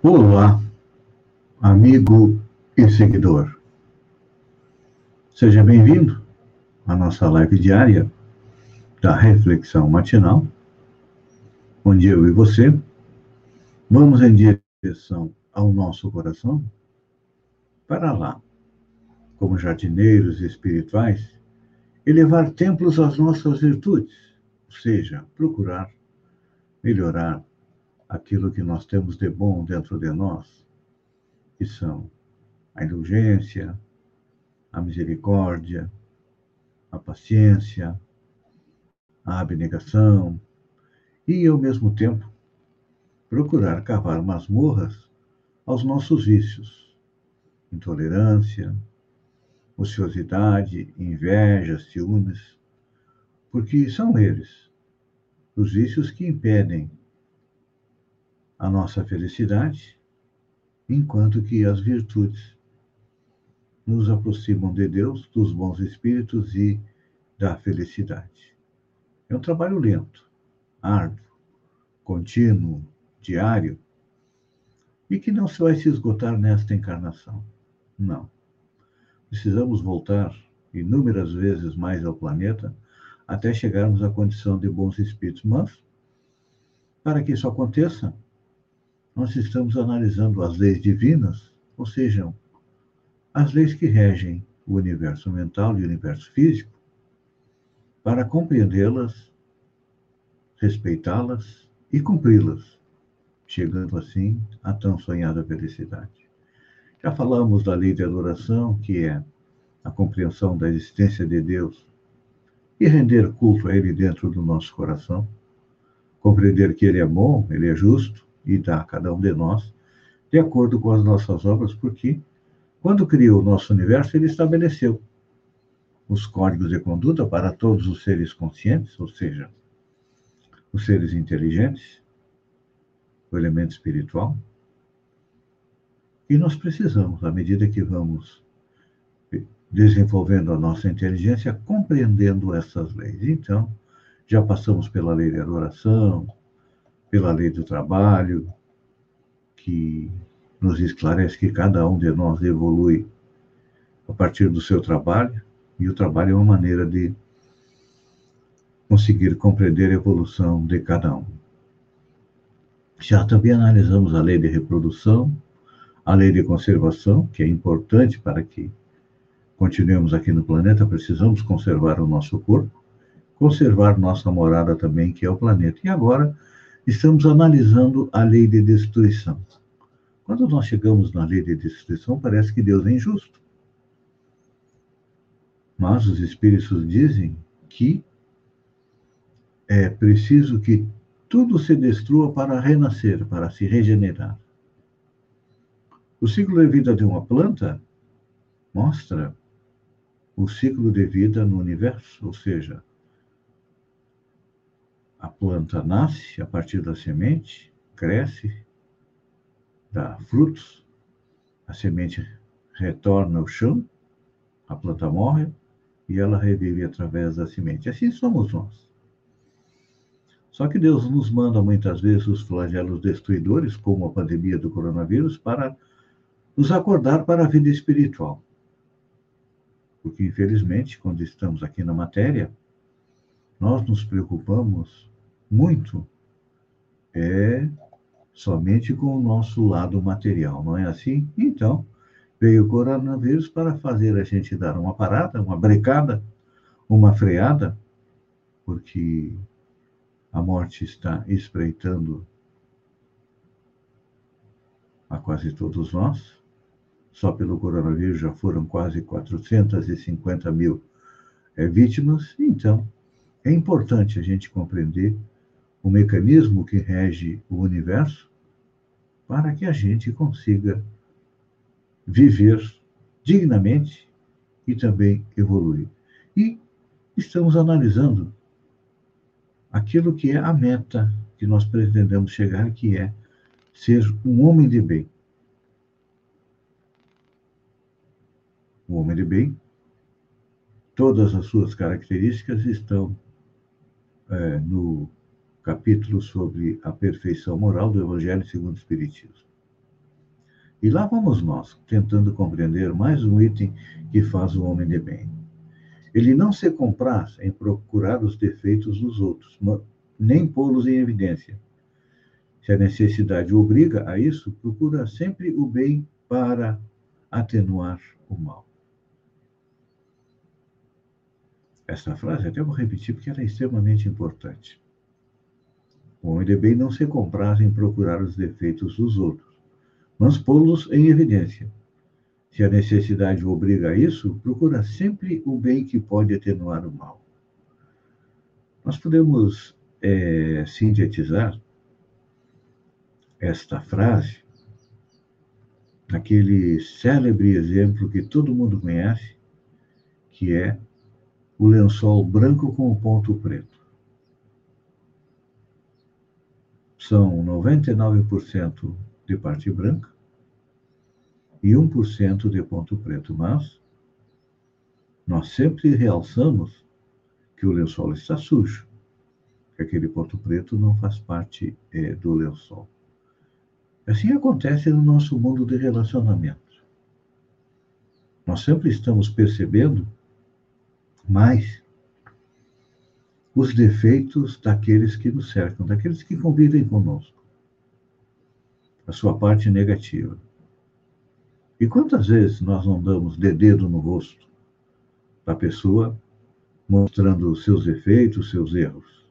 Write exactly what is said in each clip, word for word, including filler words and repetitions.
Olá, amigo e seguidor. Seja bem-vindo à nossa live diária da Reflexão Matinal, onde eu e você vamos em direção ao nosso coração para lá, como jardineiros espirituais, elevar templos às nossas virtudes, ou seja, procurar melhorar aquilo que nós temos de bom dentro de nós, que são a indulgência, a misericórdia, a paciência, a abnegação e, ao mesmo tempo, procurar cavar masmorras aos nossos vícios, intolerância, ociosidade, inveja, ciúmes, porque são eles os vícios que impedem a nossa felicidade, enquanto que as virtudes nos aproximam de Deus, dos bons espíritos e da felicidade. É um trabalho lento, árduo, contínuo, diário, e que não se vai se esgotar nesta encarnação. Não. Precisamos voltar inúmeras vezes mais ao planeta até chegarmos à condição de bons espíritos. Mas, para que isso aconteça, nós estamos analisando as leis divinas, ou seja, as leis que regem o universo mental e o universo físico, para compreendê-las, respeitá-las e cumpri-las, chegando assim à tão sonhada felicidade. Já falamos da lei de adoração, que é a compreensão da existência de Deus e render culto a Ele dentro do nosso coração, compreender que Ele é bom, Ele é justo e dá a cada um de nós de acordo com as nossas obras, porque quando criou o nosso universo, Ele estabeleceu os códigos de conduta para todos os seres conscientes, ou seja, os seres inteligentes, o elemento espiritual. E nós precisamos, à medida que vamos desenvolvendo a nossa inteligência, compreendendo essas leis. Então, já passamos pela lei da adoração, pela lei do trabalho, que nos esclarece que cada um de nós evolui a partir do seu trabalho, e o trabalho é uma maneira de conseguir compreender a evolução de cada um. Já também analisamos a lei de reprodução, a lei de conservação, que é importante para que continuemos aqui no planeta. Precisamos conservar o nosso corpo, conservar nossa morada também, que é o planeta. E agora estamos analisando a lei de destruição. Quando nós chegamos na lei de destruição, parece que Deus é injusto. Mas os espíritos dizem que é preciso que tudo se destrua para renascer, para se regenerar. O ciclo de vida de uma planta mostra o ciclo de vida no universo, ou seja, a planta nasce a partir da semente, cresce, dá frutos, a semente retorna ao chão, a planta morre e ela revive através da semente. Assim somos nós. Só que Deus nos manda muitas vezes os flagelos destruidores, como a pandemia do coronavírus, para nos acordar para a vida espiritual. Porque, infelizmente, quando estamos aqui na matéria, nós nos preocupamos muito é somente com o nosso lado material, não é assim? Então, veio o coronavírus para fazer a gente dar uma parada, uma brecada, uma freada, porque a morte está espreitando a quase todos nós. Só pelo coronavírus já foram quase quatrocentas e cinquenta mil é, vítimas. Então, é importante a gente compreender o mecanismo que rege o universo para que a gente consiga viver dignamente e também evoluir. E estamos analisando aquilo que é a meta que nós pretendemos chegar, que é ser um homem de bem. O homem de bem, todas as suas características estão é, no capítulo sobre a perfeição moral do Evangelho segundo o Espiritismo. E lá vamos nós, tentando compreender mais um item que faz o homem de bem. Ele não se compraz em procurar os defeitos dos outros, nem pô-los em evidência. Se a necessidade o obriga a isso, procura sempre o bem para atenuar o mal. Essa frase até vou repetir porque ela é extremamente importante. O homem de bem não se compraz em procurar os defeitos dos outros, mas pô-los em evidência. Se a necessidade o obriga a isso, procura sempre o bem que pode atenuar o mal. Nós podemos é, sintetizar esta frase naquele célebre exemplo que todo mundo conhece, que é o lençol branco com o ponto preto. São noventa e nove por cento de parte branca e um por cento de ponto preto, mas nós sempre realçamos que o lençol está sujo, que aquele ponto preto não faz parte é, do lençol. Assim acontece no nosso mundo de relacionamentos. Nós sempre estamos percebendo mais os defeitos daqueles que nos cercam, daqueles que convivem conosco, a sua parte negativa. E quantas vezes nós não damos de dedo no rosto da pessoa, mostrando os seus defeitos, seus erros?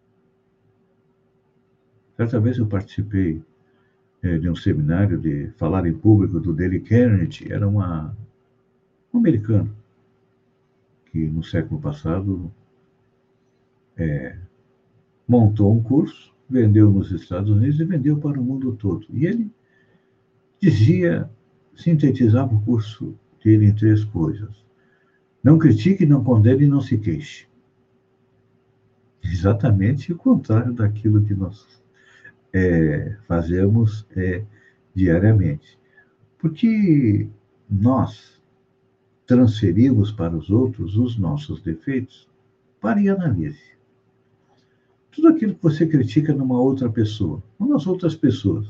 Certa vez eu participei é, de um seminário de falar em público do Dale Carnegie, era uma, um americano que no século passado é, montou um curso, vendeu nos Estados Unidos e vendeu para o mundo todo. E ele dizia, sintetizava o curso dele em três coisas: não critique, não condene e não se queixe. Exatamente o contrário daquilo que nós é, fazemos é, diariamente. Porque nós transferimos para os outros os nossos defeitos. Pare e analise. Tudo aquilo que você critica numa outra pessoa, ou nas outras pessoas.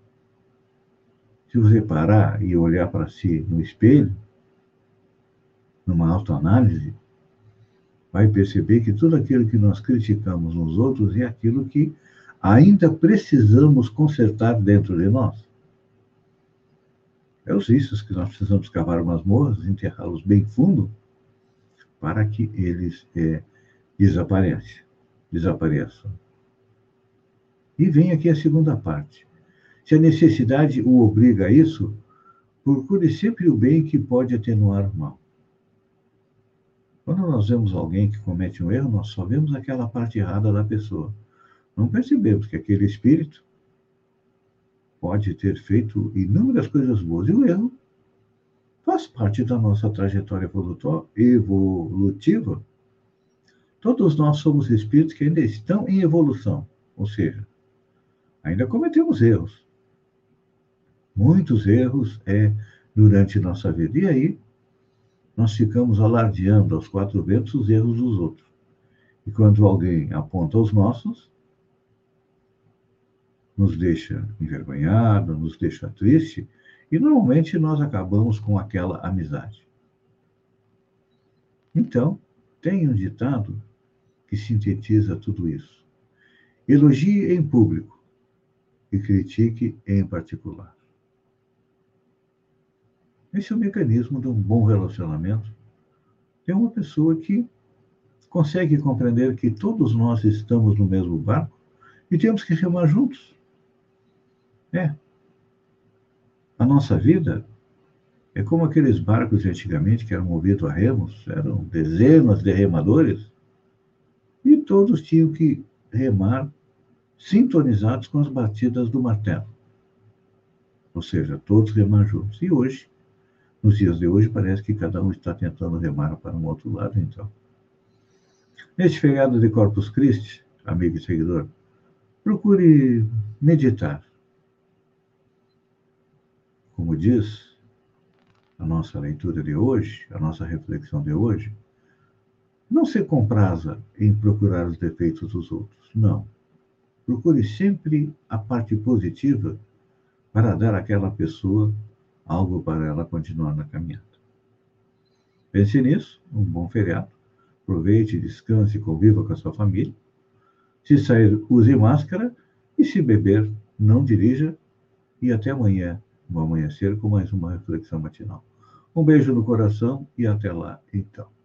Se você parar e olhar para si no espelho, numa autoanálise, vai perceber que tudo aquilo que nós criticamos nos outros é aquilo que ainda precisamos consertar dentro de nós. É os vícios que nós precisamos cavar masmorras, enterrá-los bem fundo, para que eles é, desapareçam. desapareçam. E vem aqui a segunda parte. Se a necessidade o obriga a isso, procure sempre o bem que pode atenuar o mal. Quando nós vemos alguém que comete um erro, nós só vemos aquela parte errada da pessoa. Não percebemos que aquele espírito pode ter feito inúmeras coisas boas. E o erro faz parte da nossa trajetória evolutiva. Todos nós somos espíritos que ainda estão em evolução. Ou seja, ainda cometemos erros. Muitos erros é, durante nossa vida. E aí, nós ficamos alardeando aos quatro ventos os erros dos outros. E quando alguém aponta os nossos, nos deixa envergonhado, nos deixa triste, e normalmente nós acabamos com aquela amizade. Então, tem um ditado que sintetiza tudo isso: elogie em público e critique em particular. Esse é o mecanismo de um bom relacionamento. Tem uma pessoa que consegue compreender que todos nós estamos no mesmo barco e temos que remar juntos. É. A nossa vida é como aqueles barcos de antigamente que eram movidos a remos, eram dezenas de remadores, e todos tinham que remar sintonizados com as batidas do martelo. Ou seja, todos remar juntos. E hoje, nos dias de hoje, parece que cada um está tentando remar para um outro lado, então. Neste feriado de Corpus Christi, amigo e seguidor, procure meditar. Como diz a nossa leitura de hoje, a nossa reflexão de hoje, não se compraza em procurar os defeitos dos outros, não. Procure sempre a parte positiva para dar àquela pessoa algo para ela continuar na caminhada. Pense nisso, um bom feriado. Aproveite, descanse e conviva com a sua família. Se sair, use máscara e se beber, não dirija. E até amanhã, no amanhecer, com mais uma reflexão matinal. Um beijo no coração e até lá, então.